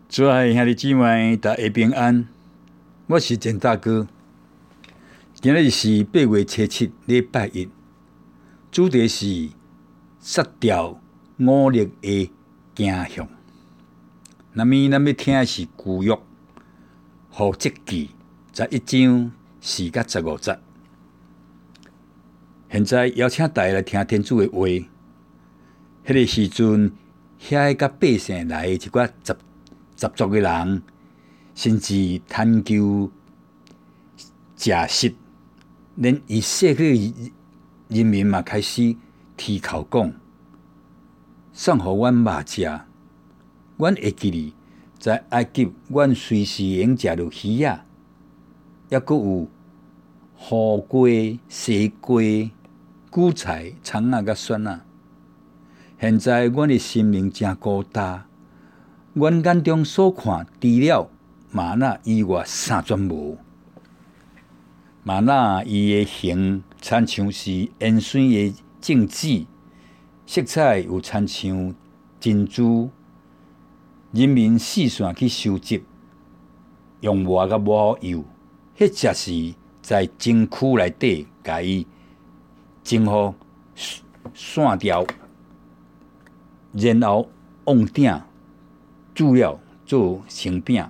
诸位兄弟姊妹，大家平安。我是简大哥。今日是8月初7，礼拜一。主题是杀掉忤逆的镜像。那么，咱要听的是旧约户籍记11章4到15节。现在邀请大家来听天主的话。迄个时阵，遐甲百姓来一寡十足的人，甚至探求食食，连以色列人民嘛开始提口讲，送互阮肉食。阮会记哩，在埃及，阮随时用食着鱼仔，抑阁有胡瓜、西瓜、韭菜、葱仔甲蒜仔。现在阮的心灵真孤单，阮眼中所看，除了玛纳以外，啥全无。玛纳伊的形亲像是盐水的镜子，色彩有亲像珍珠。人民四散去收集，用磨甲磨油，迄则是在蒸区内底，甲伊蒸好散掉。然后往鼎煮了做成饼，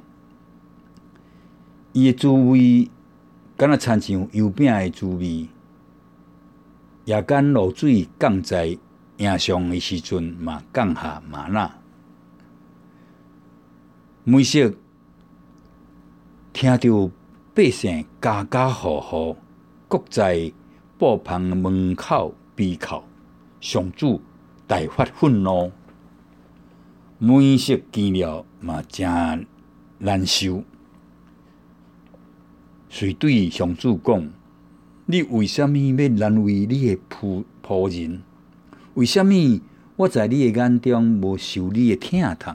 伊的滋味敢若亲像油饼的滋味。夜间露水降在营上的时阵，嘛降下玛纳。每色听到百姓家家户户各在布棚门口闭口，上主大发愤怒，每色见了嘛真难受。遂对上主讲：“你为什么要难为你的仆人？为什么我在你的眼中无受你的疼痛？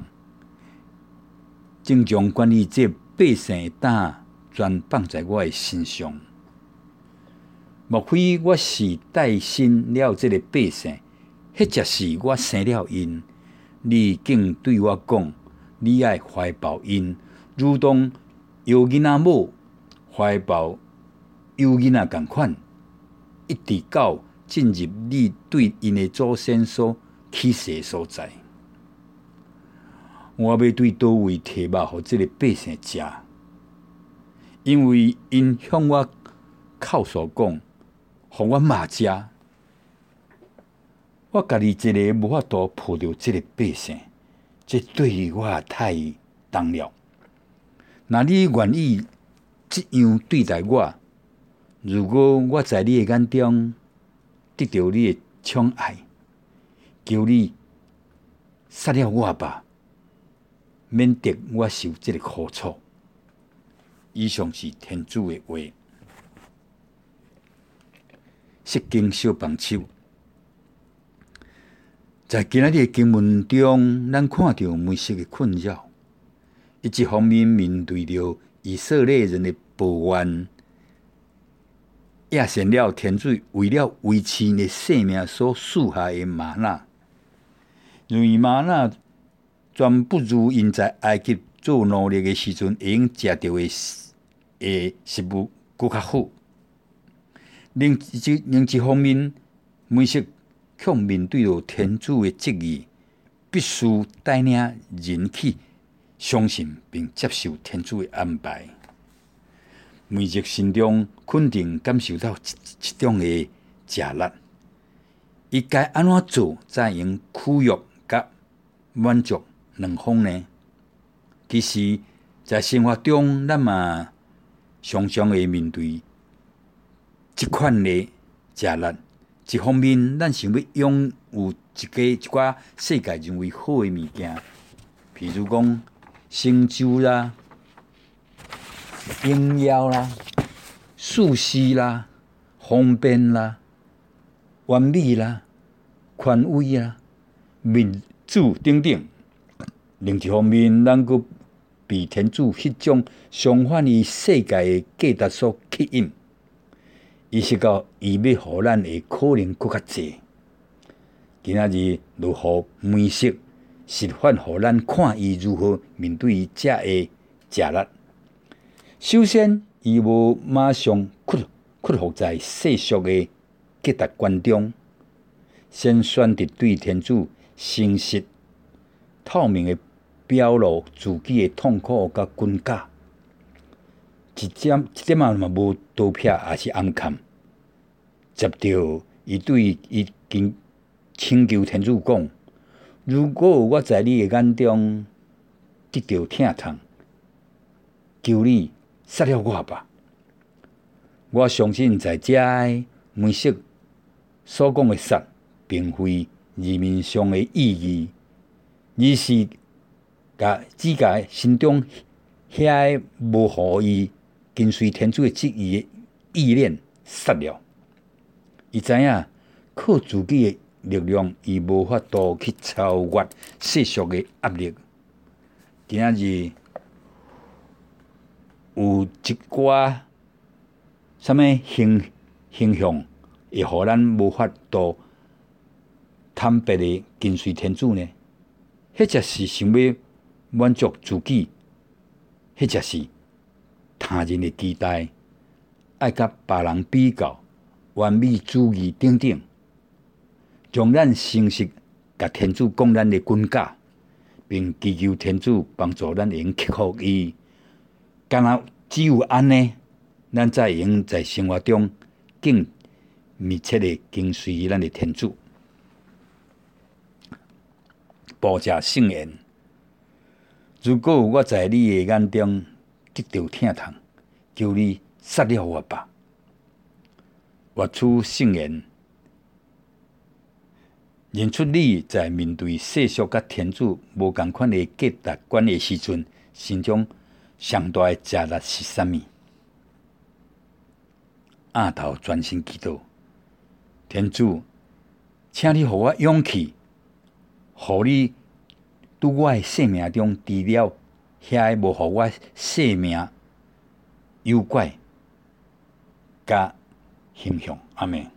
正将关于这百姓的胆全放在我的身上。莫非我是带生了这个百姓？迄则是我生了因。你竟对我讲，你爱怀抱因，如同幼囡仔母怀抱幼囡仔共款，一直到进入你对因的祖先所起誓的所在。我要对倒位摕肉互这个百姓食，因为因向我口诉讲，互我肉食。我家己一个无法度抱着这个百姓，这对我也太重了。若你愿意这样对待我，如果我在你的眼中得到你的宠爱，求你杀了我吧，免得我受这个苦楚。以上是天主的话。释经小帮手。在今仔日的经文中，咱看到梅瑟的困扰。伊一方面面对着以色列人的抱怨，也显了天主为了维持你生命所赐下的玛纳。因为玛纳全不如因在埃及做奴隶的时阵会用食到的食物更较好。另一方面，梅瑟却面对着天主的旨意，必须带领人去相信并接受天主的安排。梅瑟心中肯定感受到一种的压力，伊该安怎做才用屈辱甲满足两方呢？其实，在生活中，咱嘛常常会面对这款的压力。一方面，咱想要拥有一寡世界认为好的物件，譬如讲成就啦、荣耀啦、舒适啦、方便啦、完美啦、权威啦、民主等等。另一方面，咱阁被天主迄种相反于世界的价值所吸引。意识到伊要互咱的可能更较济。今仔日就互梅瑟示范互咱看伊如何面对这个假力。首先，伊无马上屈服在世俗的价值观中，先选择对天主诚实、透明的表露自己的痛苦甲困假。一点嘛无刀撇，也是暗藏。接着，伊对伊请求天主讲：如果我在你的眼中得到疼痛，求你杀了我吧。我相信在遮梅瑟所讲的杀，并非字面上的意义，而是只甲心中遐无互伊跟随天主的旨意的意念杀了。伊知影靠自己的力量，伊无法度去超越世俗的压力。今仔日有一寡什么形象，会互咱无法度坦白的跟随天主呢？迄就是想要满足自己，迄就是他人的期待，爱甲别人比较，完美主义等等，让咱诚实甲天主讲咱的困假，并祈求天主帮助咱会用克服伊。敢若只有安尼，咱才会用在生活中更密切的跟随咱的天主。报谢圣言。如果我在你的眼中得到疼痛，求你杀了我吧。活出圣言，认出你在面对世俗甲天主无同款的价值观的时阵，心中上大的压力是啥物？压头专心祈祷，天主，请你予我勇气，予你伫我的生命中除了遐无予我生命有怪甲形象。阿们。